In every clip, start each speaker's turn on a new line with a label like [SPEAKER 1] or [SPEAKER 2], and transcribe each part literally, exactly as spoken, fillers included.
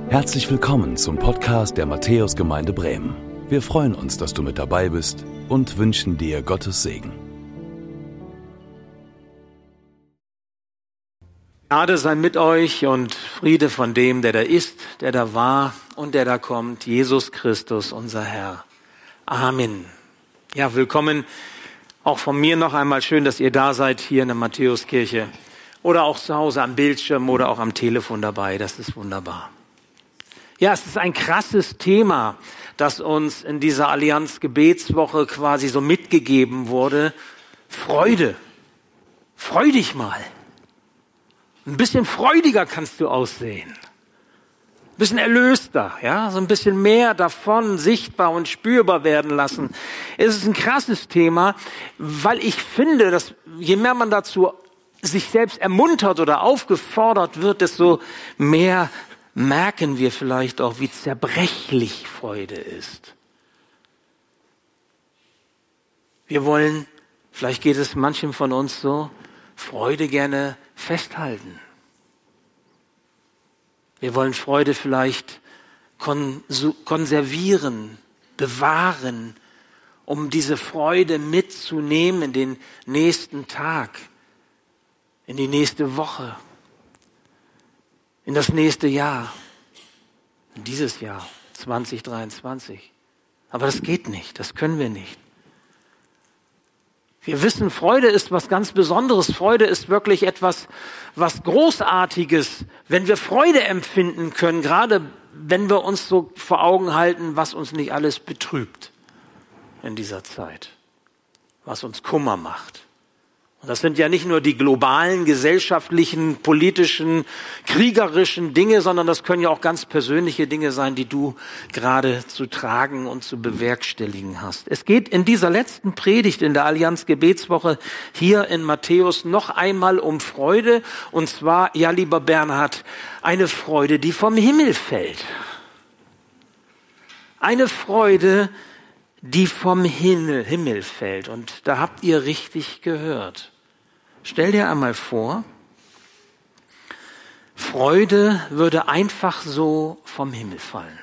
[SPEAKER 1] Herzlich willkommen zum Podcast der Matthäusgemeinde Bremen. Wir freuen uns, dass du mit dabei bist und wünschen dir Gottes Segen.
[SPEAKER 2] Gnade sei mit euch und Friede von dem, der da ist, der da war und der da kommt, Jesus Christus, unser Herr. Amen. Ja, willkommen auch von mir noch einmal. Schön, dass ihr da seid hier in der Matthäuskirche oder auch zu Hause am Bildschirm oder auch am Telefon dabei. Das ist wunderbar. Ja, es ist ein krasses Thema, das uns in dieser Allianz-Gebetswoche quasi so mitgegeben wurde. Freude. Freu dich mal. Ein bisschen freudiger kannst du aussehen. Ein bisschen erlöster, ja, so ein bisschen mehr davon sichtbar und spürbar werden lassen. Es ist ein krasses Thema, weil ich finde, dass je mehr man dazu sich selbst ermuntert oder aufgefordert wird, desto mehr merken wir vielleicht auch, wie zerbrechlich Freude ist. Wir wollen, vielleicht geht es manchem von uns so, Freude gerne festhalten. Wir wollen Freude vielleicht konservieren, bewahren, um diese Freude mitzunehmen in den nächsten Tag, in die nächste Woche, in das nächste Jahr, in dieses Jahr zwanzig dreiundzwanzig. Aber das geht nicht, das können wir nicht. Wir wissen, Freude ist was ganz Besonderes. Freude ist wirklich etwas, was Großartiges, wenn wir Freude empfinden können, gerade wenn wir uns so vor Augen halten, was uns nicht alles betrübt in dieser Zeit, was uns Kummer macht. Und das sind ja nicht nur die globalen, gesellschaftlichen, politischen, kriegerischen Dinge, sondern das können ja auch ganz persönliche Dinge sein, die du gerade zu tragen und zu bewerkstelligen hast. Es geht in dieser letzten Predigt in der Allianz-Gebetswoche hier in Matthäus noch einmal um Freude. Und zwar, ja, lieber Bernhard, eine Freude, die vom Himmel fällt. Eine Freude, die vom Himmel, Himmel fällt. Und da habt ihr richtig gehört. Stell dir einmal vor, Freude würde einfach so vom Himmel fallen.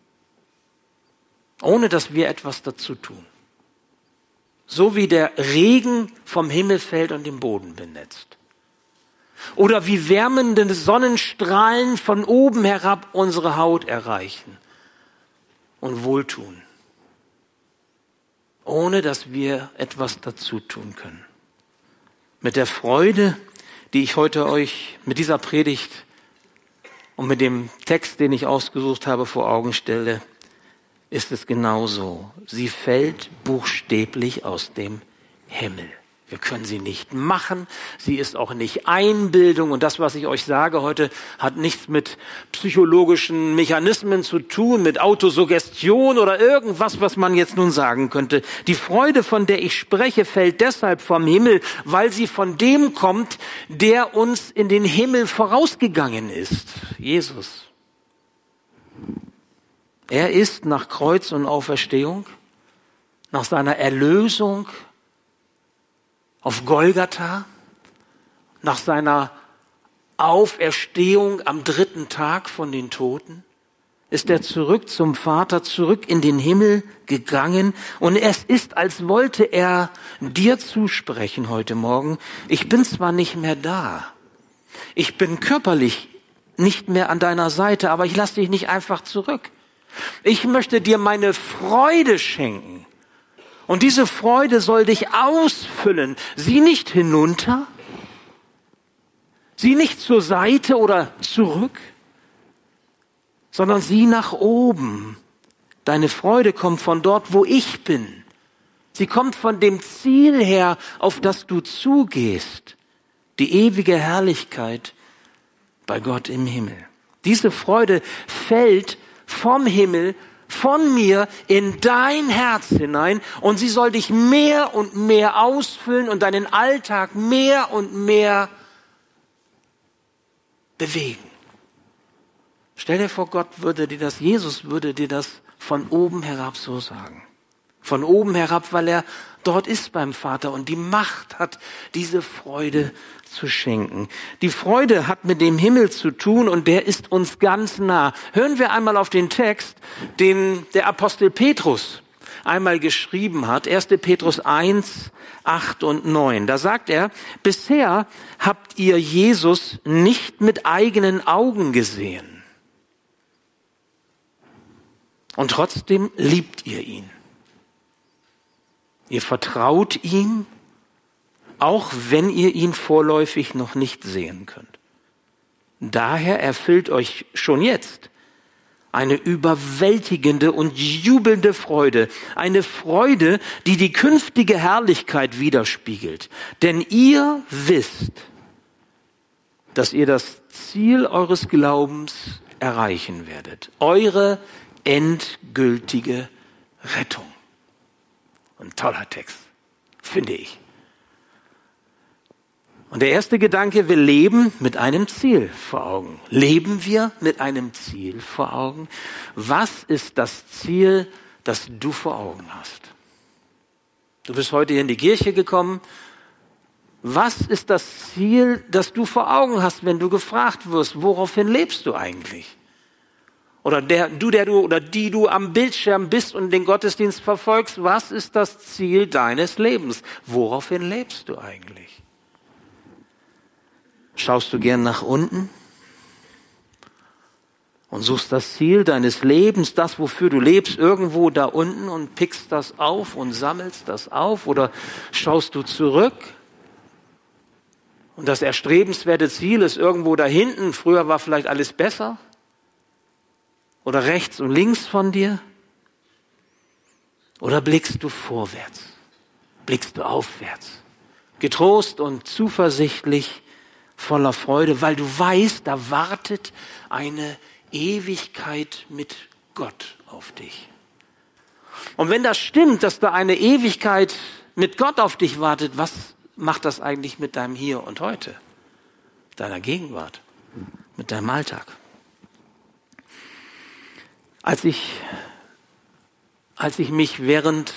[SPEAKER 2] Ohne dass wir etwas dazu tun. So wie der Regen vom Himmel fällt und den Boden benetzt. Oder wie wärmende Sonnenstrahlen von oben herab unsere Haut erreichen und wohltun. Ohne dass wir etwas dazu tun können. Mit der Freude, die ich heute euch mit dieser Predigt und mit dem Text, den ich ausgesucht habe, vor Augen stelle, ist es genauso. Sie fällt buchstäblich aus dem Himmel. Wir können sie nicht machen, sie ist auch nicht Einbildung und das, was ich euch sage heute, hat nichts mit psychologischen Mechanismen zu tun, mit Autosuggestion oder irgendwas, was man jetzt nun sagen könnte. Die Freude, von der ich spreche, fällt deshalb vom Himmel, weil sie von dem kommt, der uns in den Himmel vorausgegangen ist, Jesus. Er ist nach Kreuz und Auferstehung, nach seiner Erlösung, auf Golgatha, nach seiner Auferstehung am dritten Tag von den Toten, ist er zurück zum Vater, zurück in den Himmel gegangen. Und es ist, als wollte er dir zusprechen heute Morgen, ich bin zwar nicht mehr da, ich bin körperlich nicht mehr an deiner Seite, aber ich lasse dich nicht einfach zurück. Ich möchte dir meine Freude schenken. Und diese Freude soll dich ausfüllen. Sieh nicht hinunter, sieh nicht zur Seite oder zurück, sondern sieh nach oben. Deine Freude kommt von dort, wo ich bin. Sie kommt von dem Ziel her, auf das du zugehst. Die ewige Herrlichkeit bei Gott im Himmel. Diese Freude fällt vom Himmel, von mir in dein Herz hinein und sie soll dich mehr und mehr ausfüllen und deinen Alltag mehr und mehr bewegen. Stell dir vor, Gott würde dir das, Jesus würde dir das von oben herab so sagen. Von oben herab, weil er dort ist beim Vater und die Macht hat, diese Freude zu schenken. Die Freude hat mit dem Himmel zu tun und der ist uns ganz nah. Hören wir einmal auf den Text, den der Apostel Petrus einmal geschrieben hat. erster Petrus eins, acht und neun. Da sagt er, bisher habt ihr Jesus nicht mit eigenen Augen gesehen. Und trotzdem liebt ihr ihn. Ihr vertraut ihm, auch wenn ihr ihn vorläufig noch nicht sehen könnt. Daher erfüllt euch schon jetzt eine überwältigende und jubelnde Freude, eine Freude, die die künftige Herrlichkeit widerspiegelt. Denn ihr wisst, dass ihr das Ziel eures Glaubens erreichen werdet. Eure endgültige Rettung. Ein toller Text, finde ich. Und der erste Gedanke, wir leben mit einem Ziel vor Augen. Leben wir mit einem Ziel vor Augen? Was ist das Ziel, das du vor Augen hast? Du bist heute hier in die Kirche gekommen. Was ist das Ziel, das du vor Augen hast, wenn du gefragt wirst, woraufhin lebst du eigentlich? Oder der, du, der du oder die du am Bildschirm bist und den Gottesdienst verfolgst, was ist das Ziel deines Lebens? Woraufhin lebst du eigentlich? Schaust du gern nach unten und suchst das Ziel deines Lebens, das, wofür du lebst, irgendwo da unten und pickst das auf und sammelst das auf? Oder schaust du zurück und das erstrebenswerte Ziel ist irgendwo da hinten, früher war vielleicht alles besser? Oder rechts und links von dir? Oder blickst du vorwärts? Blickst du aufwärts? Getrost und zuversichtlich, voller Freude, weil du weißt, da wartet eine Ewigkeit mit Gott auf dich. Und wenn das stimmt, dass da eine Ewigkeit mit Gott auf dich wartet, was macht das eigentlich mit deinem Hier und Heute? Mit deiner Gegenwart? Mit deinem Alltag? Als ich, als ich mich während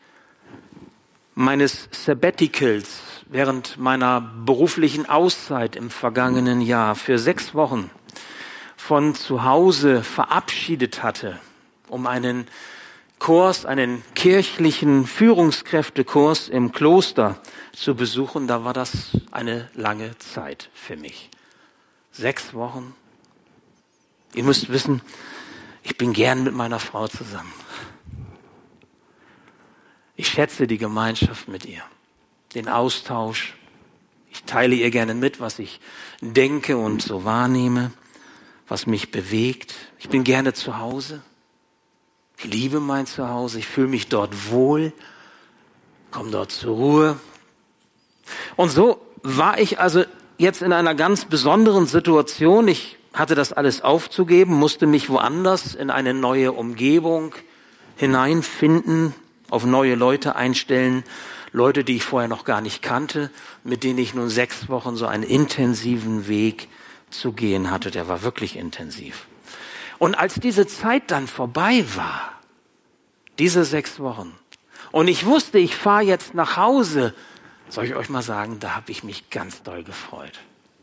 [SPEAKER 2] meines Sabbaticals, während meiner beruflichen Auszeit im vergangenen Jahr für sechs Wochen von zu Hause verabschiedet hatte, um einen Kurs, einen kirchlichen Führungskräftekurs im Kloster zu besuchen, da war das eine lange Zeit für mich. Sechs Wochen. Ihr müsst wissen, ich bin gern mit meiner Frau zusammen. Ich schätze die Gemeinschaft mit ihr, den Austausch. Ich teile ihr gerne mit, was ich denke und so wahrnehme, was mich bewegt. Ich bin gerne zu Hause. Ich liebe mein Zuhause. Ich fühle mich dort wohl, komme dort zur Ruhe. Und so war ich also jetzt in einer ganz besonderen Situation. Ich hatte das alles aufzugeben, musste mich woanders in eine neue Umgebung hineinfinden, auf neue Leute einstellen, Leute, die ich vorher noch gar nicht kannte, mit denen ich nun sechs Wochen so einen intensiven Weg zu gehen hatte. Der war wirklich intensiv. Und als diese Zeit dann vorbei war, diese sechs Wochen, und ich wusste, ich fahre jetzt nach Hause, soll ich euch mal sagen, da habe ich mich ganz doll gefreut.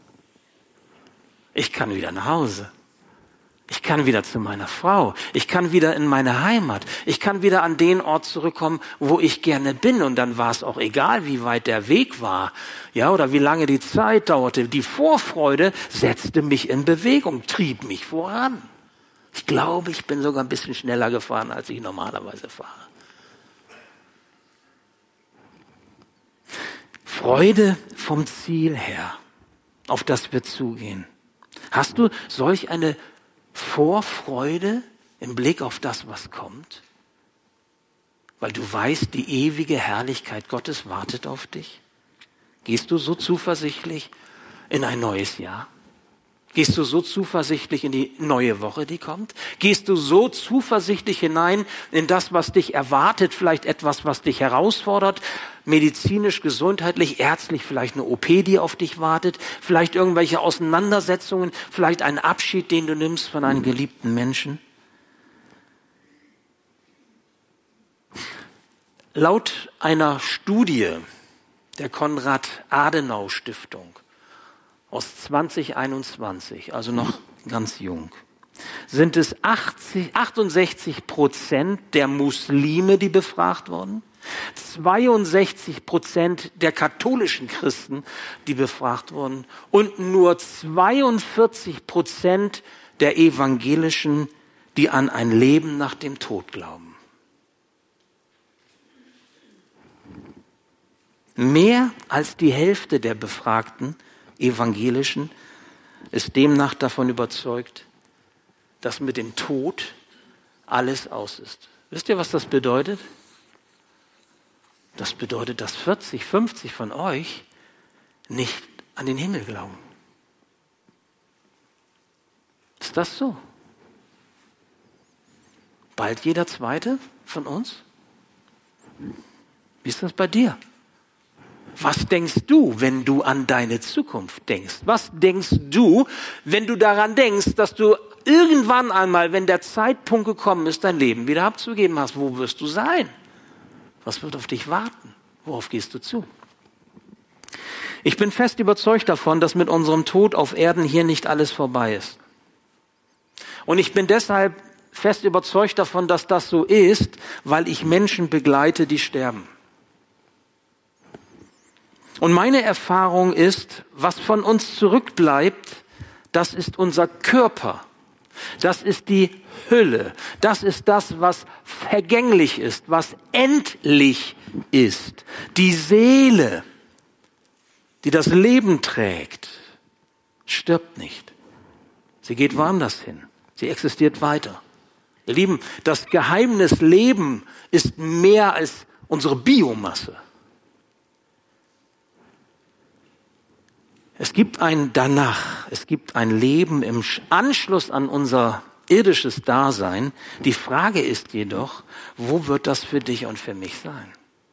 [SPEAKER 2] Ich kann wieder nach Hause. Ich kann wieder zu meiner Frau. Ich kann wieder in meine Heimat. Ich kann wieder an den Ort zurückkommen, wo ich gerne bin. Und dann war es auch egal, wie weit der Weg war, ja, oder wie lange die Zeit dauerte. Die Vorfreude setzte mich in Bewegung, trieb mich voran. Ich glaube, ich bin sogar ein bisschen schneller gefahren, als ich normalerweise fahre. Freude vom Ziel her, auf das wir zugehen. Hast du solch eine Vorfreude im Blick auf das, was kommt? Weil du weißt, die ewige Herrlichkeit Gottes wartet auf dich? Gehst du so zuversichtlich in ein neues Jahr? Gehst du so zuversichtlich in die neue Woche, die kommt? Gehst du so zuversichtlich hinein in das, was dich erwartet? Vielleicht etwas, was dich herausfordert? Medizinisch, gesundheitlich, ärztlich, vielleicht eine O P, die auf dich wartet? Vielleicht irgendwelche Auseinandersetzungen? Vielleicht einen Abschied, den du nimmst von einem geliebten Menschen? Laut einer Studie der Konrad-Adenauer-Stiftung aus zwanzig einundzwanzig, also noch ganz jung, sind es achtzig, achtundsechzig Prozent der Muslime, die befragt wurden, zweiundsechzig Prozent der katholischen Christen, die befragt wurden, und nur zweiundvierzig Prozent der Evangelischen, die an ein Leben nach dem Tod glauben. Mehr als die Hälfte der befragten Evangelischen ist demnach davon überzeugt, dass mit dem Tod alles aus ist. Wisst ihr, was das bedeutet? Das bedeutet, dass vierzig, fünfzig von euch nicht an den Himmel glauben. Ist das so? Bald jeder Zweite von uns? Wie ist das bei dir? Was denkst du, wenn du an deine Zukunft denkst? Was denkst du, wenn du daran denkst, dass du irgendwann einmal, wenn der Zeitpunkt gekommen ist, dein Leben wieder abzugeben hast? Wo wirst du sein? Was wird auf dich warten? Worauf gehst du zu? Ich bin fest überzeugt davon, dass mit unserem Tod auf Erden hier nicht alles vorbei ist. Und ich bin deshalb fest überzeugt davon, dass das so ist, weil ich Menschen begleite, die sterben. Und meine Erfahrung ist, was von uns zurückbleibt, das ist unser Körper. Das ist die Hülle. Das ist das, was vergänglich ist, was endlich ist. Die Seele, die das Leben trägt, stirbt nicht. Sie geht woanders hin. Sie existiert weiter. Ihr Lieben, das Geheimnis Leben ist mehr als unsere Biomasse. Es gibt ein Danach, es gibt ein Leben im Anschluss an unser irdisches Dasein. Die Frage ist jedoch, wo wird das für dich und für mich sein?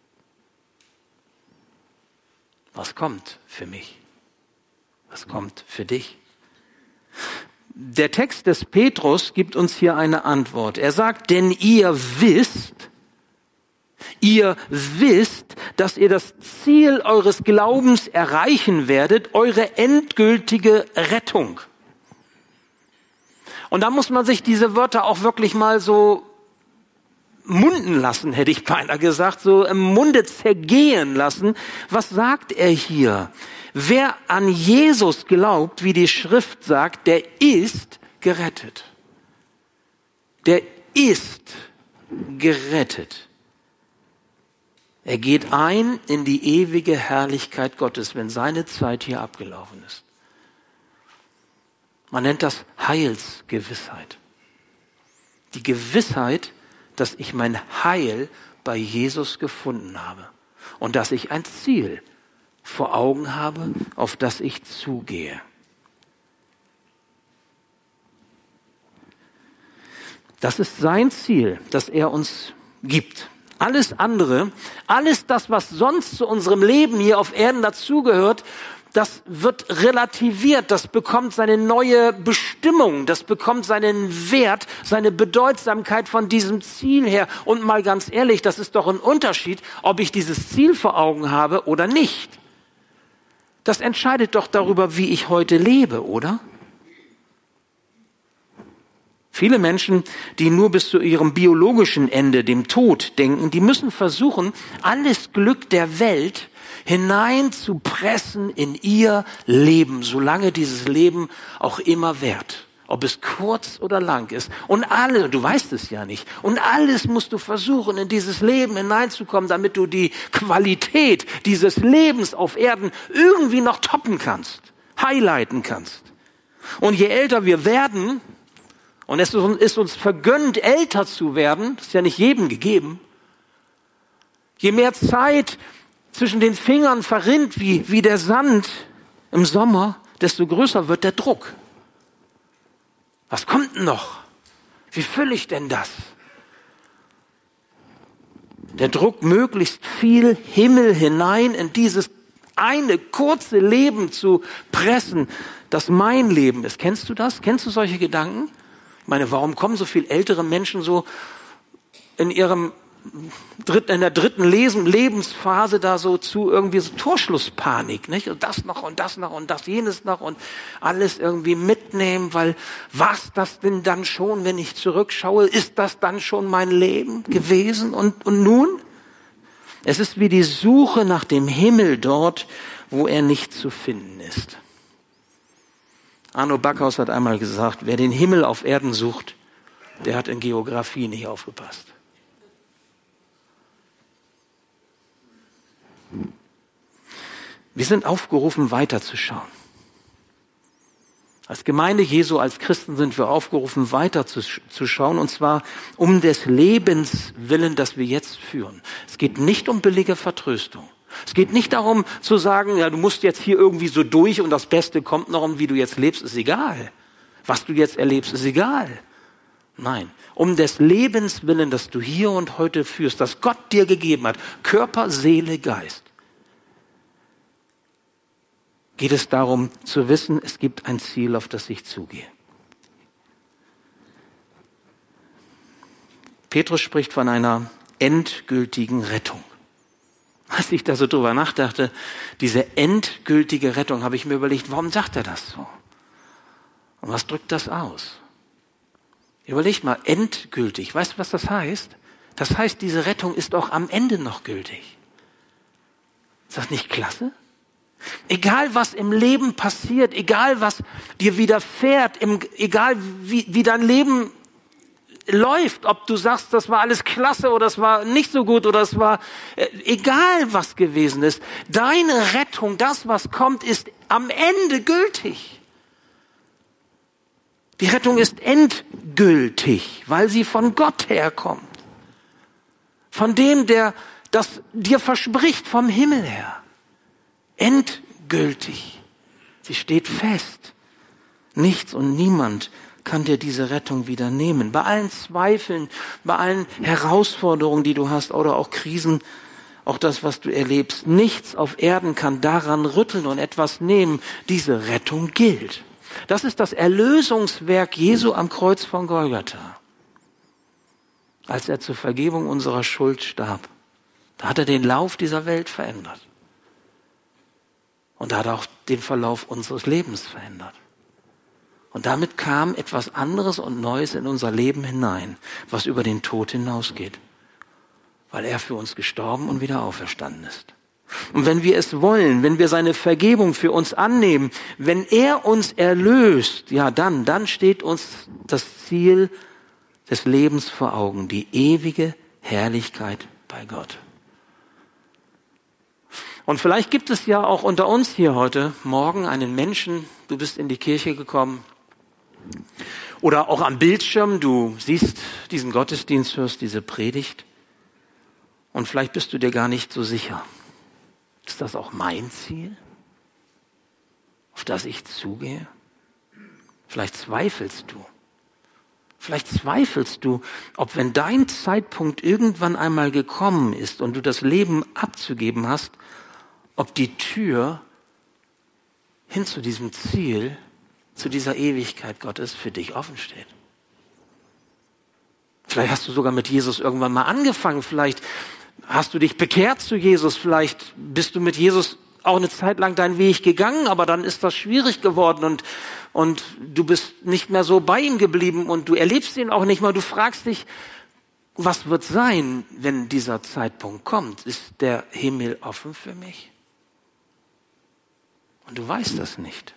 [SPEAKER 2] Was kommt für mich? Was kommt für dich? Der Text des Petrus gibt uns hier eine Antwort. Er sagt, denn ihr wisst, Ihr wisst, dass ihr das Ziel eures Glaubens erreichen werdet, eure endgültige Rettung. Und da muss man sich diese Wörter auch wirklich mal so munden lassen, hätte ich beinahe gesagt, so im Munde zergehen lassen. Was sagt er hier? Wer an Jesus glaubt, wie die Schrift sagt, der ist gerettet. Der ist gerettet. Er geht ein in die ewige Herrlichkeit Gottes, wenn seine Zeit hier abgelaufen ist. Man nennt das Heilsgewissheit. Die Gewissheit, dass ich mein Heil bei Jesus gefunden habe und dass ich ein Ziel vor Augen habe, auf das ich zugehe. Das ist sein Ziel, das er uns gibt. Alles andere, alles das, was sonst zu unserem Leben hier auf Erden dazugehört, das wird relativiert, das bekommt seine neue Bestimmung, das bekommt seinen Wert, seine Bedeutsamkeit von diesem Ziel her. Und mal ganz ehrlich, das ist doch ein Unterschied, ob ich dieses Ziel vor Augen habe oder nicht. Das entscheidet doch darüber, wie ich heute lebe, oder? Viele Menschen, die nur bis zu ihrem biologischen Ende, dem Tod, denken, die müssen versuchen, alles Glück der Welt hineinzupressen in ihr Leben, solange dieses Leben auch immer währt. Ob es kurz oder lang ist. Und alles, du weißt es ja nicht, und alles musst du versuchen, in dieses Leben hineinzukommen, damit du die Qualität dieses Lebens auf Erden irgendwie noch toppen kannst, highlighten kannst. Und je älter wir werden, und es ist uns vergönnt, älter zu werden, das ist ja nicht jedem gegeben, je mehr Zeit zwischen den Fingern verrinnt wie, wie der Sand im Sommer, desto größer wird der Druck. Was kommt denn noch? Wie fülle ich denn das? Der Druck, möglichst viel Himmel hinein in dieses eine kurze Leben zu pressen, das mein Leben ist. Kennst du das? Kennst du solche Gedanken? Ich meine, warum kommen so viele ältere Menschen so in ihrem in der dritten Lebensphase da so zu irgendwie so Torschlusspanik, nicht? Und das noch und das noch und das jenes noch und alles irgendwie mitnehmen, weil was das denn dann schon, wenn ich zurückschaue, ist das dann schon mein Leben gewesen? Und, und nun? Es ist wie die Suche nach dem Himmel dort, wo er nicht zu finden ist. Arno Backhaus hat einmal gesagt, wer den Himmel auf Erden sucht, der hat in Geografie nicht aufgepasst. Wir sind aufgerufen, weiterzuschauen. Als Gemeinde Jesu, als Christen sind wir aufgerufen, weiterzuschauen, und zwar um des Lebens willen, das wir jetzt führen. Es geht nicht um billige Vertröstung. Es geht nicht darum zu sagen, ja, du musst jetzt hier irgendwie so durch und das Beste kommt noch, um wie du jetzt lebst, ist egal. Was du jetzt erlebst, ist egal. Nein, um des Lebens willen, das du hier und heute führst, das Gott dir gegeben hat, Körper, Seele, Geist, geht es darum zu wissen, es gibt ein Ziel, auf das ich zugehe. Petrus spricht von einer endgültigen Rettung. Als ich da so drüber nachdachte, diese endgültige Rettung, habe ich mir überlegt, warum sagt er das so? Und was drückt das aus? Überlegt mal, endgültig. Weißt du, was das heißt? Das heißt, diese Rettung ist auch am Ende noch gültig. Ist das nicht klasse? Egal, was im Leben passiert, egal, was dir widerfährt, im, egal, wie, wie dein Leben läuft, ob du sagst, das war alles klasse oder das war nicht so gut oder es war, äh, egal, was gewesen ist, deine Rettung, das, was kommt, ist am Ende gültig. Die Rettung ist endgültig, weil sie von Gott herkommt. Von dem, der das dir verspricht, vom Himmel her. Endgültig. Sie steht fest. Nichts und niemand kann dir diese Rettung wieder nehmen. Bei allen Zweifeln, bei allen Herausforderungen, die du hast oder auch Krisen, auch das, was du erlebst, nichts auf Erden kann daran rütteln und etwas nehmen. Diese Rettung gilt. Das ist das Erlösungswerk Jesu am Kreuz von Golgatha. Als er zur Vergebung unserer Schuld starb, da hat er den Lauf dieser Welt verändert. Und da hat er auch den Verlauf unseres Lebens verändert. Und damit kam etwas anderes und Neues in unser Leben hinein, was über den Tod hinausgeht. Weil er für uns gestorben und wieder auferstanden ist. Und wenn wir es wollen, wenn wir seine Vergebung für uns annehmen, wenn er uns erlöst, ja dann, dann steht uns das Ziel des Lebens vor Augen, die ewige Herrlichkeit bei Gott. Und vielleicht gibt es ja auch unter uns hier heute Morgen einen Menschen, du bist in die Kirche gekommen oder auch am Bildschirm, du siehst diesen Gottesdienst, hörst diese Predigt und vielleicht bist du dir gar nicht so sicher. Ist das auch mein Ziel, auf das ich zugehe? Vielleicht zweifelst du. Vielleicht zweifelst du, ob wenn dein Zeitpunkt irgendwann einmal gekommen ist und du das Leben abzugeben hast, ob die Tür hin zu diesem Ziel, zu dieser Ewigkeit Gottes für dich offen steht. Vielleicht hast du sogar mit Jesus irgendwann mal angefangen, vielleicht hast du dich bekehrt zu Jesus, vielleicht bist du mit Jesus auch eine Zeit lang deinen Weg gegangen, aber dann ist das schwierig geworden und, und du bist nicht mehr so bei ihm geblieben und du erlebst ihn auch nicht mehr. Du fragst dich, was wird sein, wenn dieser Zeitpunkt kommt? Ist der Himmel offen für mich? Und du weißt das nicht.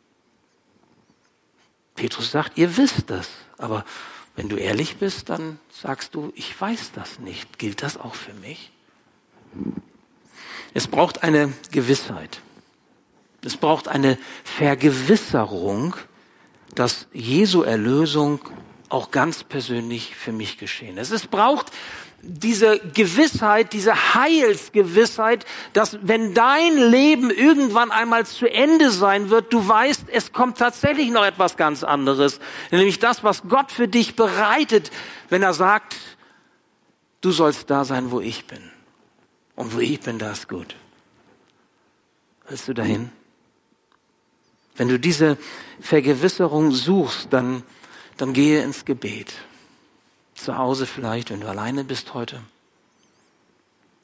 [SPEAKER 2] Petrus sagt, ihr wisst das, aber wenn du ehrlich bist, dann sagst du, ich weiß das nicht. Gilt das auch für mich? Es braucht eine Gewissheit. Es braucht eine Vergewisserung, dass Jesu Erlösung auch ganz persönlich für mich geschehen ist. Es braucht diese Gewissheit, diese Heilsgewissheit, dass wenn dein Leben irgendwann einmal zu Ende sein wird, du weißt, es kommt tatsächlich noch etwas ganz anderes. Nämlich das, was Gott für dich bereitet, wenn er sagt, du sollst da sein, wo ich bin. Und wo ich bin, da ist gut. Willst du dahin? Wenn du diese Vergewisserung suchst, dann, dann gehe ins Gebet. Zu Hause vielleicht, wenn du alleine bist heute.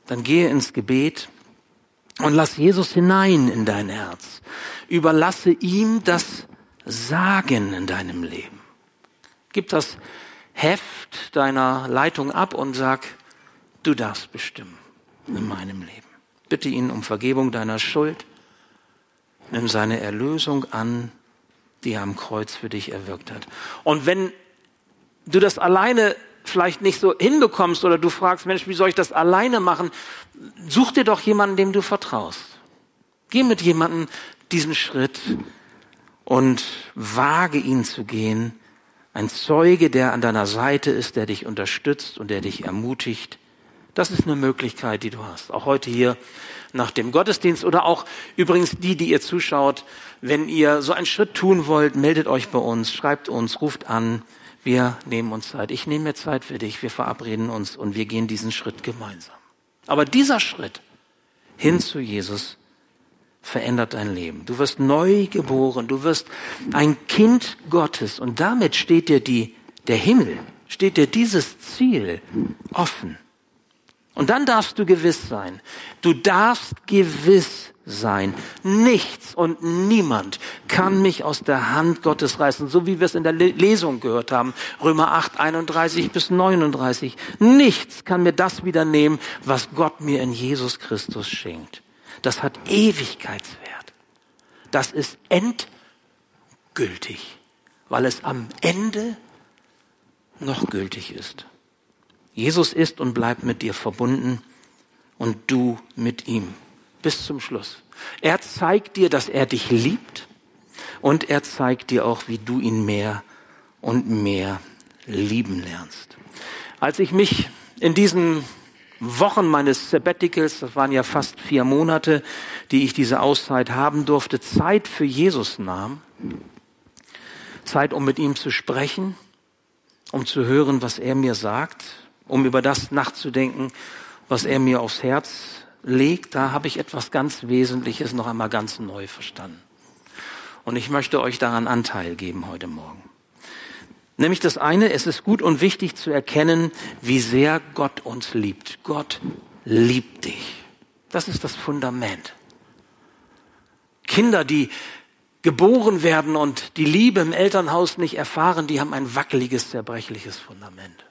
[SPEAKER 2] dann gehe ins Gebet und lass Jesus hinein in dein Herz. Überlasse ihm das Sagen in deinem Leben. Gib das Heft deiner Leitung ab und sag, du darfst bestimmen in meinem Leben. Bitte ihn um Vergebung deiner Schuld. Nimm seine Erlösung an, die er am Kreuz für dich erwirkt hat. Und wenn du das alleine vielleicht nicht so hinbekommst oder du fragst, Mensch, wie soll ich das alleine machen? Such dir doch jemanden, dem du vertraust. Geh mit jemandem diesen Schritt und wage ihn zu gehen. Ein Zeuge, der an deiner Seite ist, der dich unterstützt und der dich ermutigt. Das ist eine Möglichkeit, die du hast. Auch heute hier nach dem Gottesdienst oder auch übrigens die, die ihr zuschaut. Wenn ihr so einen Schritt tun wollt, meldet euch bei uns, schreibt uns, ruft an. Wir nehmen uns Zeit. Ich nehme mir Zeit für dich. Wir verabreden uns und wir gehen diesen Schritt gemeinsam. Aber dieser Schritt hin zu Jesus verändert dein Leben. Du wirst neu geboren. Du wirst ein Kind Gottes. Und damit steht dir die, der Himmel, steht dir dieses Ziel offen. Und dann darfst du gewiss sein. Du darfst gewiss sein. Nichts und niemand kann mich aus der Hand Gottes reißen, so wie wir es in der Lesung gehört haben. Römer acht, einunddreißig bis neununddreißig. Nichts kann mir das wieder nehmen, was Gott mir in Jesus Christus schenkt. Das hat Ewigkeitswert. Das ist endgültig, weil es am Ende noch gültig ist. Jesus ist und bleibt mit dir verbunden und du mit ihm bis zum Schluss. Er zeigt dir, dass er dich liebt und er zeigt dir auch, wie du ihn mehr und mehr lieben lernst. Als ich mich in diesen Wochen meines Sabbaticals, das waren ja fast vier Monate, die ich diese Auszeit haben durfte, Zeit für Jesus nahm, Zeit, um mit ihm zu sprechen, um zu hören, was er mir sagt, um über das nachzudenken, was er mir aufs Herz legt, da habe ich etwas ganz Wesentliches noch einmal ganz neu verstanden. Und ich möchte euch daran Anteil geben heute Morgen. Nämlich das eine, es ist gut und wichtig zu erkennen, wie sehr Gott uns liebt. Gott liebt dich. Das ist das Fundament. Kinder, die geboren werden und die Liebe im Elternhaus nicht erfahren, die haben ein wackeliges, zerbrechliches Fundament.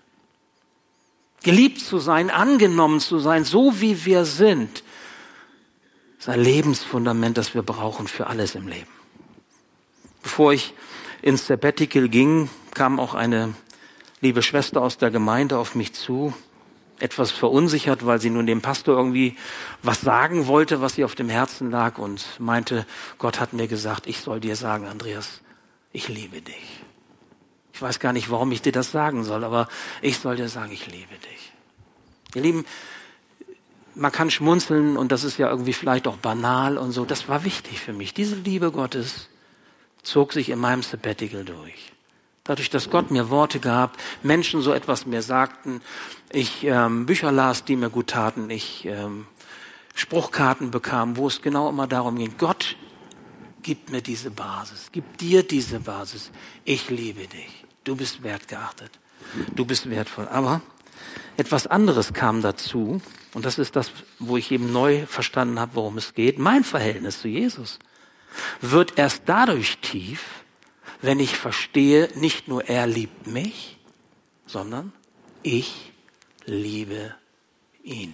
[SPEAKER 2] Geliebt zu sein, angenommen zu sein, so wie wir sind, ist ein Lebensfundament, das wir brauchen für alles im Leben. Bevor ich ins Sabbatical ging, kam auch eine liebe Schwester aus der Gemeinde auf mich zu, etwas verunsichert, weil sie nun dem Pastor irgendwie was sagen wollte, was ihr auf dem Herzen lag und meinte, Gott hat mir gesagt, ich soll dir sagen, Andreas, ich liebe dich. Ich weiß gar nicht, warum ich dir das sagen soll, aber ich soll dir sagen, ich liebe dich. Ihr Lieben, man kann schmunzeln und das ist ja irgendwie vielleicht auch banal und so. Das war wichtig für mich. Diese Liebe Gottes zog sich in meinem Sabbatical durch. Dadurch, dass Gott mir Worte gab, Menschen so etwas mir sagten, ich ähm, Bücher las, die mir gut taten, ich ähm, Spruchkarten bekam, wo es genau immer darum ging, Gott gibt mir diese Basis, gib dir diese Basis. Ich liebe dich. Du bist wertgeachtet. Du bist wertvoll. Aber etwas anderes kam dazu. Und das ist das, wo ich eben neu verstanden habe, worum es geht. Mein Verhältnis zu Jesus wird erst dadurch tief, wenn ich verstehe, nicht nur er liebt mich, sondern ich liebe ihn.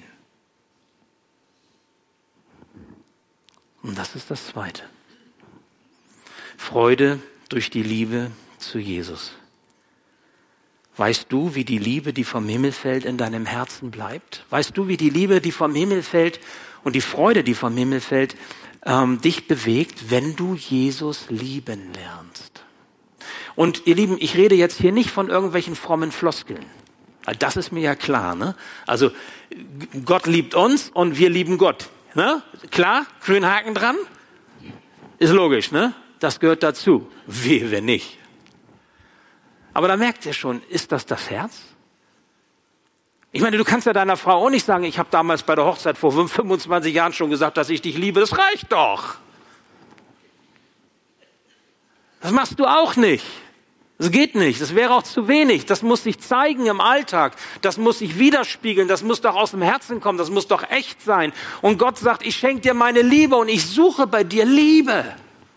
[SPEAKER 2] Und das ist das Zweite. Freude durch die Liebe zu Jesus. Weißt du, wie die Liebe, die vom Himmel fällt, in deinem Herzen bleibt? Weißt du, wie die Liebe, die vom Himmel fällt und die Freude, die vom Himmel fällt, ähm, dich bewegt, wenn du Jesus lieben lernst? Und ihr Lieben, ich rede jetzt hier nicht von irgendwelchen frommen Floskeln. Das ist mir ja klar, ne? Also Gott liebt uns und wir lieben Gott, ne? Klar, grünen Haken dran? Ist logisch, ne? Das gehört dazu. Wehe, wenn nicht. Aber da merkt ihr schon, ist das das Herz? Ich meine, du kannst ja deiner Frau auch nicht sagen, ich habe damals bei der Hochzeit vor fünfundzwanzig Jahren schon gesagt, dass ich dich liebe. Das reicht doch. Das machst du auch nicht. Es geht nicht, das wäre auch zu wenig. Das muss sich zeigen im Alltag, das muss sich widerspiegeln, das muss doch aus dem Herzen kommen, das muss doch echt sein. Und Gott sagt, ich schenke dir meine Liebe und ich suche bei dir Liebe.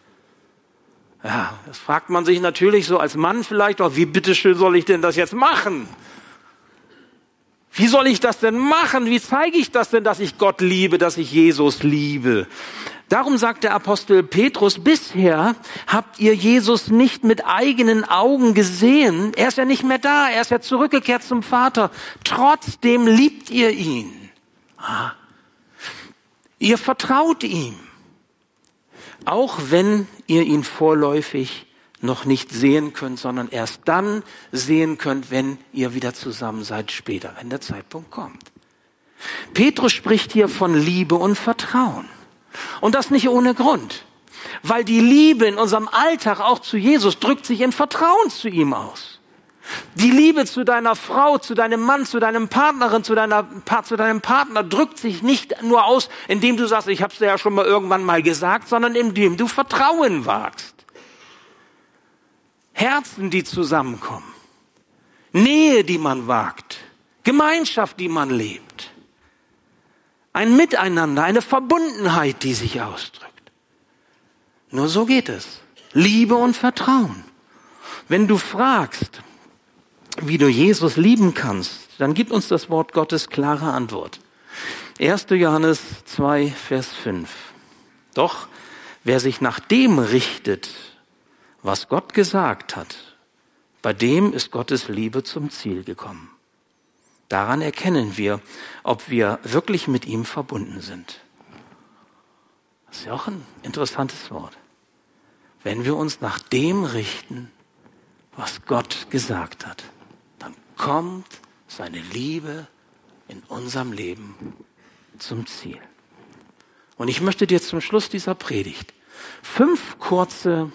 [SPEAKER 2] Ja, das fragt man sich natürlich so als Mann vielleicht auch, wie bitteschön soll ich denn das jetzt machen? Wie soll ich das denn machen? Wie zeige ich das denn, dass ich Gott liebe, dass ich Jesus liebe? Darum sagt der Apostel Petrus, bisher habt ihr Jesus nicht mit eigenen Augen gesehen. Er ist ja nicht mehr da, er ist ja zurückgekehrt zum Vater. Trotzdem liebt ihr ihn. Ah. Ihr vertraut ihm. Auch wenn ihr ihn vorläufig noch nicht sehen könnt, sondern erst dann sehen könnt, wenn ihr wieder zusammen seid, später, wenn der Zeitpunkt kommt. Petrus spricht hier von Liebe und Vertrauen. Und das nicht ohne Grund, weil die Liebe in unserem Alltag auch zu Jesus drückt sich in Vertrauen zu ihm aus. Die Liebe zu deiner Frau, zu deinem Mann, zu deinem Partnerin, zu, deiner, zu deinem Partner drückt sich nicht nur aus, indem du sagst, ich habe es dir ja schon mal irgendwann mal gesagt, sondern indem du Vertrauen wagst. Herzen, die zusammenkommen, Nähe, die man wagt, Gemeinschaft, die man lebt. Ein Miteinander, eine Verbundenheit, die sich ausdrückt. Nur so geht es. Liebe und Vertrauen. Wenn du fragst, wie du Jesus lieben kannst, dann gibt uns das Wort Gottes klare Antwort. erster Johannes zwei, Vers fünf. Doch wer sich nach dem richtet, was Gott gesagt hat, bei dem ist Gottes Liebe zum Ziel gekommen. Daran erkennen wir, ob wir wirklich mit ihm verbunden sind. Das ist ja auch ein interessantes Wort. Wenn wir uns nach dem richten, was Gott gesagt hat, dann kommt seine Liebe in unserem Leben zum Ziel. Und ich möchte dir zum Schluss dieser Predigt fünf kurze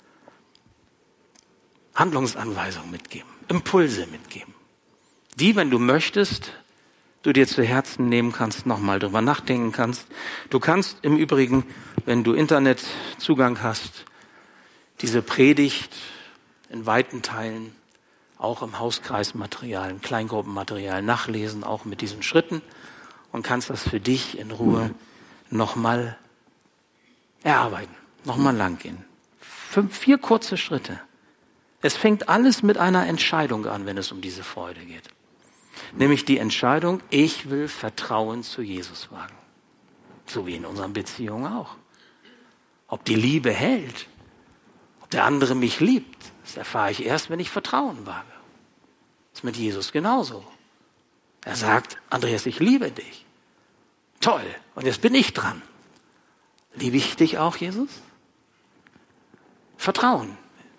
[SPEAKER 2] Handlungsanweisungen mitgeben, Impulse mitgeben, die, wenn du möchtest, du dir zu Herzen nehmen kannst, nochmal drüber nachdenken kannst. Du kannst im Übrigen, wenn du Internetzugang hast, diese Predigt in weiten Teilen auch im Hauskreismaterial, im Kleingruppenmaterial nachlesen, auch mit diesen Schritten, und kannst das für dich in Ruhe nochmal erarbeiten, nochmal langgehen. Fünf, vier kurze Schritte. Es fängt alles mit einer Entscheidung an, wenn es um diese Freude geht. Nämlich die Entscheidung, ich will Vertrauen zu Jesus wagen. So wie in unseren Beziehungen auch. Ob die Liebe hält, ob der andere mich liebt, das erfahre ich erst, wenn ich Vertrauen wage. Das ist mit Jesus genauso. Er sagt, Andreas, ich liebe dich. Toll, und jetzt bin ich dran. Liebe ich dich auch, Jesus? Vertrauen.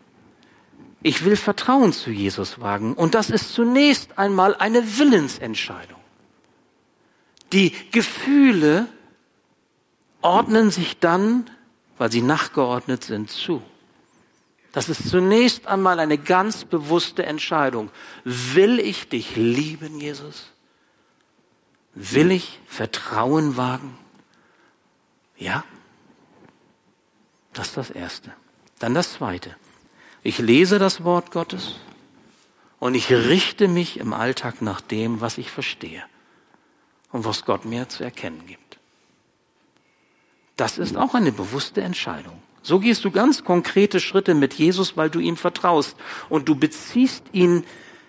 [SPEAKER 2] Ich will Vertrauen zu Jesus wagen. Und das ist zunächst einmal eine Willensentscheidung. Die Gefühle ordnen sich dann, weil sie nachgeordnet sind, zu. Das ist zunächst einmal eine ganz bewusste Entscheidung. Will ich dich lieben, Jesus? Will ich Vertrauen wagen? Ja. Das ist das Erste. Dann das Zweite. Ich lese das Wort Gottes und ich richte mich im Alltag nach dem, was ich verstehe und was Gott mir zu erkennen gibt. Das ist auch eine bewusste Entscheidung. So gehst du ganz konkrete Schritte mit Jesus, weil du ihm vertraust und du beziehst ihn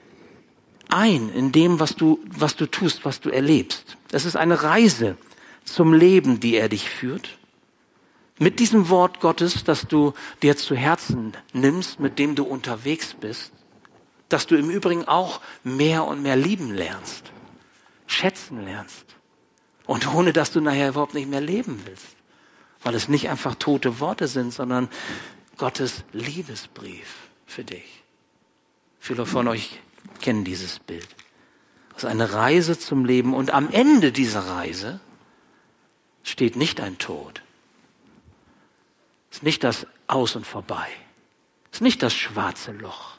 [SPEAKER 2] ein in dem, was du, was du tust, was du erlebst. Es ist eine Reise zum Leben, die er dich führt. Mit diesem Wort Gottes, das du dir zu Herzen nimmst, mit dem du unterwegs bist, dass du im Übrigen auch mehr und mehr lieben lernst, schätzen lernst. Und ohne, dass du nachher überhaupt nicht mehr leben willst. Weil es nicht einfach tote Worte sind, sondern Gottes Liebesbrief für dich. Viele von euch kennen dieses Bild. Das ist eine Reise zum Leben. Und am Ende dieser Reise steht nicht ein Tod. Es ist nicht das Aus und Vorbei. Es ist nicht das schwarze Loch.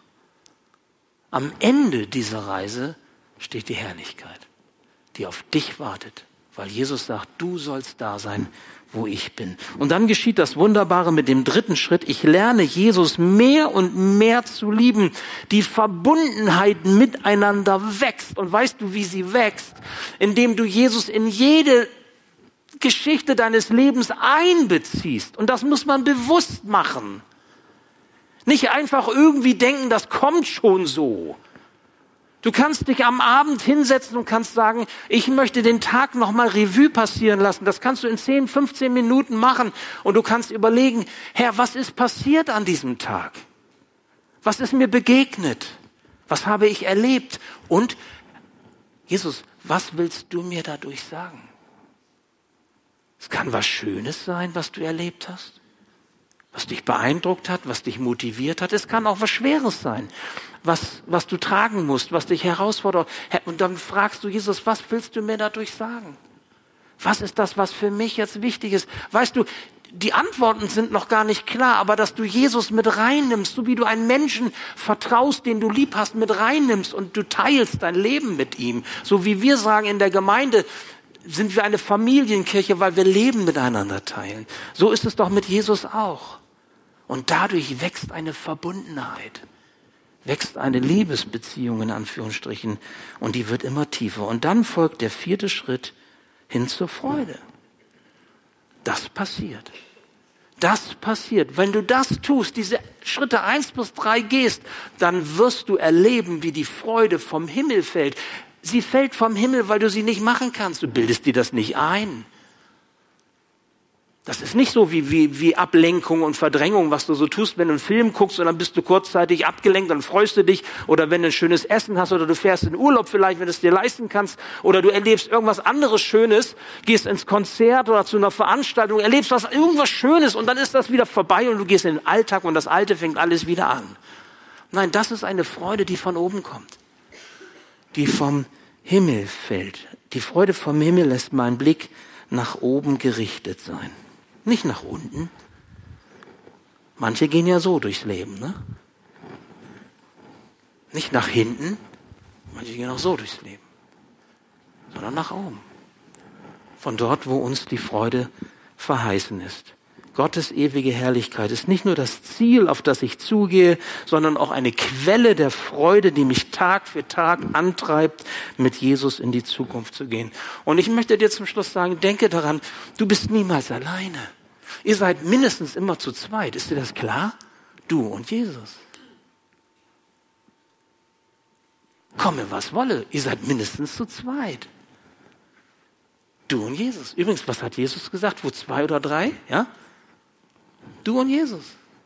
[SPEAKER 2] Am Ende dieser Reise steht die Herrlichkeit, die auf dich wartet, Weil Jesus sagt, du sollst da sein, wo ich bin. Und dann geschieht das Wunderbare mit dem dritten Schritt. Ich lerne Jesus mehr und mehr zu lieben. Die Verbundenheit miteinander wächst. Und weißt du, wie sie wächst? Indem du Jesus in jede Geschichte deines Lebens einbeziehst. Und das muss man bewusst machen. Nicht einfach irgendwie denken, das kommt schon so. Du kannst dich am Abend hinsetzen und kannst sagen, ich möchte den Tag nochmal Revue passieren lassen. Das kannst du in zehn, fünfzehn Minuten machen. Und du kannst überlegen, Herr, was ist passiert an diesem Tag? Was ist mir begegnet? Was habe ich erlebt? Und Jesus, was willst du mir dadurch sagen? Es kann was Schönes sein, was du erlebt hast, was dich beeindruckt hat, was dich motiviert hat. Es kann auch was Schweres sein, was, was du tragen musst, was dich herausfordert. Und dann fragst du Jesus, was willst du mir dadurch sagen? Was ist das, was für mich jetzt wichtig ist? Weißt du, die Antworten sind noch gar nicht klar, aber dass du Jesus mit reinnimmst, so wie du einen Menschen vertraust, den du lieb hast, mit reinnimmst und du teilst dein Leben mit ihm. So wie wir sagen in der Gemeinde, sind wir eine Familienkirche, weil wir Leben miteinander teilen. So ist es doch mit Jesus auch. Und dadurch wächst eine Verbundenheit, wächst eine Liebesbeziehung in Anführungsstrichen und die wird immer tiefer. Und dann folgt der vierte Schritt hin zur Freude. Das passiert. Das passiert. Wenn du das tust, diese Schritte eins bis drei gehst, dann wirst du erleben, wie die Freude vom Himmel fällt. Sie fällt vom Himmel, weil du sie nicht machen kannst. Du bildest dir das nicht ein. Das ist nicht so wie, wie, wie Ablenkung und Verdrängung, was du so tust, wenn du einen Film guckst und dann bist du kurzzeitig abgelenkt, dann freust du dich. Oder wenn du ein schönes Essen hast oder du fährst in Urlaub vielleicht, wenn du es dir leisten kannst. Oder du erlebst irgendwas anderes Schönes, gehst ins Konzert oder zu einer Veranstaltung, erlebst was, irgendwas Schönes und dann ist das wieder vorbei und du gehst in den Alltag und das Alte fängt alles wieder an. Nein, das ist eine Freude, die von oben kommt. Die vom Himmel fällt. Die Freude vom Himmel lässt meinen Blick nach oben gerichtet sein. Nicht nach unten. Manche gehen ja so durchs Leben, ne? Nicht nach hinten. Manche gehen auch so durchs Leben. Sondern nach oben. Von dort, wo uns die Freude verheißen ist. Gottes ewige Herrlichkeit ist nicht nur das Ziel, auf das ich zugehe, sondern auch eine Quelle der Freude, die mich Tag für Tag antreibt, mit Jesus in die Zukunft zu gehen. Und ich möchte dir zum Schluss sagen, denke daran, du bist niemals alleine. Ihr seid mindestens immer zu zweit. Ist dir das klar? Du und Jesus. Komme, was wolle, ihr seid mindestens zu zweit. Du und Jesus. Übrigens, was hat Jesus gesagt? Wo zwei oder drei? Ja? Du und Jesus.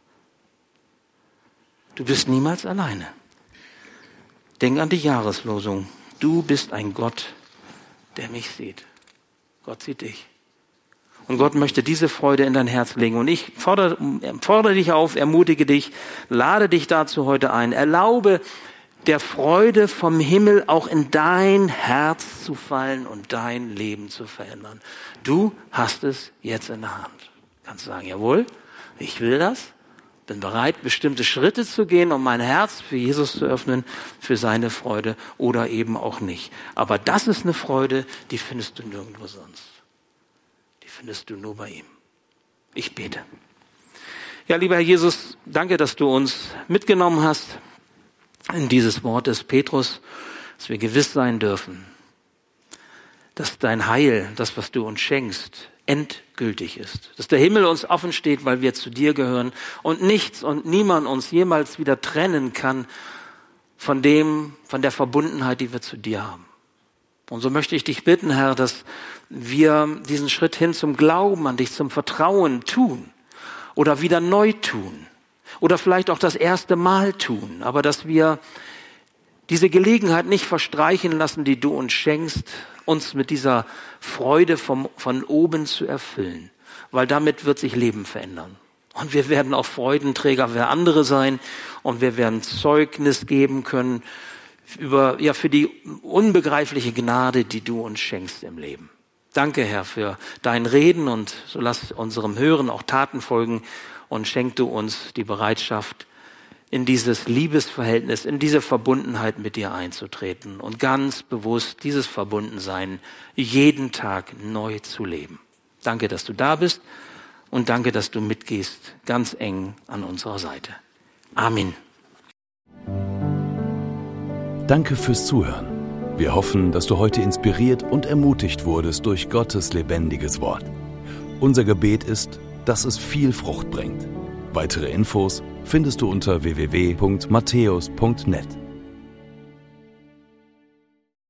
[SPEAKER 2] Du bist niemals alleine. Denk an die Jahreslosung. Du bist ein Gott, der mich sieht. Gott sieht dich. Und Gott möchte diese Freude in dein Herz legen. Und ich fordere, fordere dich auf, ermutige dich, lade dich dazu heute ein. Erlaube der Freude vom Himmel auch in dein Herz zu fallen und dein Leben zu verändern. Du hast es jetzt in der Hand. Kannst sagen, jawohl, ich will das, bin bereit, bestimmte Schritte zu gehen, um mein Herz für Jesus zu öffnen, für seine Freude oder eben auch nicht. Aber das ist eine Freude, die findest du nirgendwo sonst. Die findest du nur bei ihm. Ich bete. Ja, lieber Herr Jesus, danke, dass du uns mitgenommen hast in dieses Wort des Petrus, dass wir gewiss sein dürfen, dass dein Heil, das, was du uns schenkst, endgültig ist. Dass der Himmel uns offen steht, weil wir zu dir gehören und nichts und niemand uns jemals wieder trennen kann von dem, von der Verbundenheit, die wir zu dir haben. Und so möchte ich dich bitten, Herr, dass wir diesen Schritt hin zum Glauben an dich, zum Vertrauen tun oder wieder neu tun oder vielleicht auch das erste Mal tun, aber dass wir diese Gelegenheit nicht verstreichen lassen, die du uns schenkst, uns mit dieser Freude vom, von oben zu erfüllen, weil damit wird sich Leben verändern. Und wir werden auch Freudenträger für andere sein und wir werden Zeugnis geben können über, ja, für die unbegreifliche Gnade, die du uns schenkst im Leben. Danke, Herr, für dein Reden und so lass unserem Hören auch Taten folgen und schenk du uns die Bereitschaft, in dieses Liebesverhältnis, in diese Verbundenheit mit dir einzutreten und ganz bewusst dieses Verbundensein jeden Tag neu zu leben. Danke, dass du da bist und danke, dass du mitgehst, ganz eng an unserer Seite. Amen.
[SPEAKER 1] Danke fürs Zuhören. Wir hoffen, dass du heute inspiriert und ermutigt wurdest durch Gottes lebendiges Wort. Unser Gebet ist, dass es viel Frucht bringt. Weitere Infos findest du unter w w w punkt matthäus punkt net.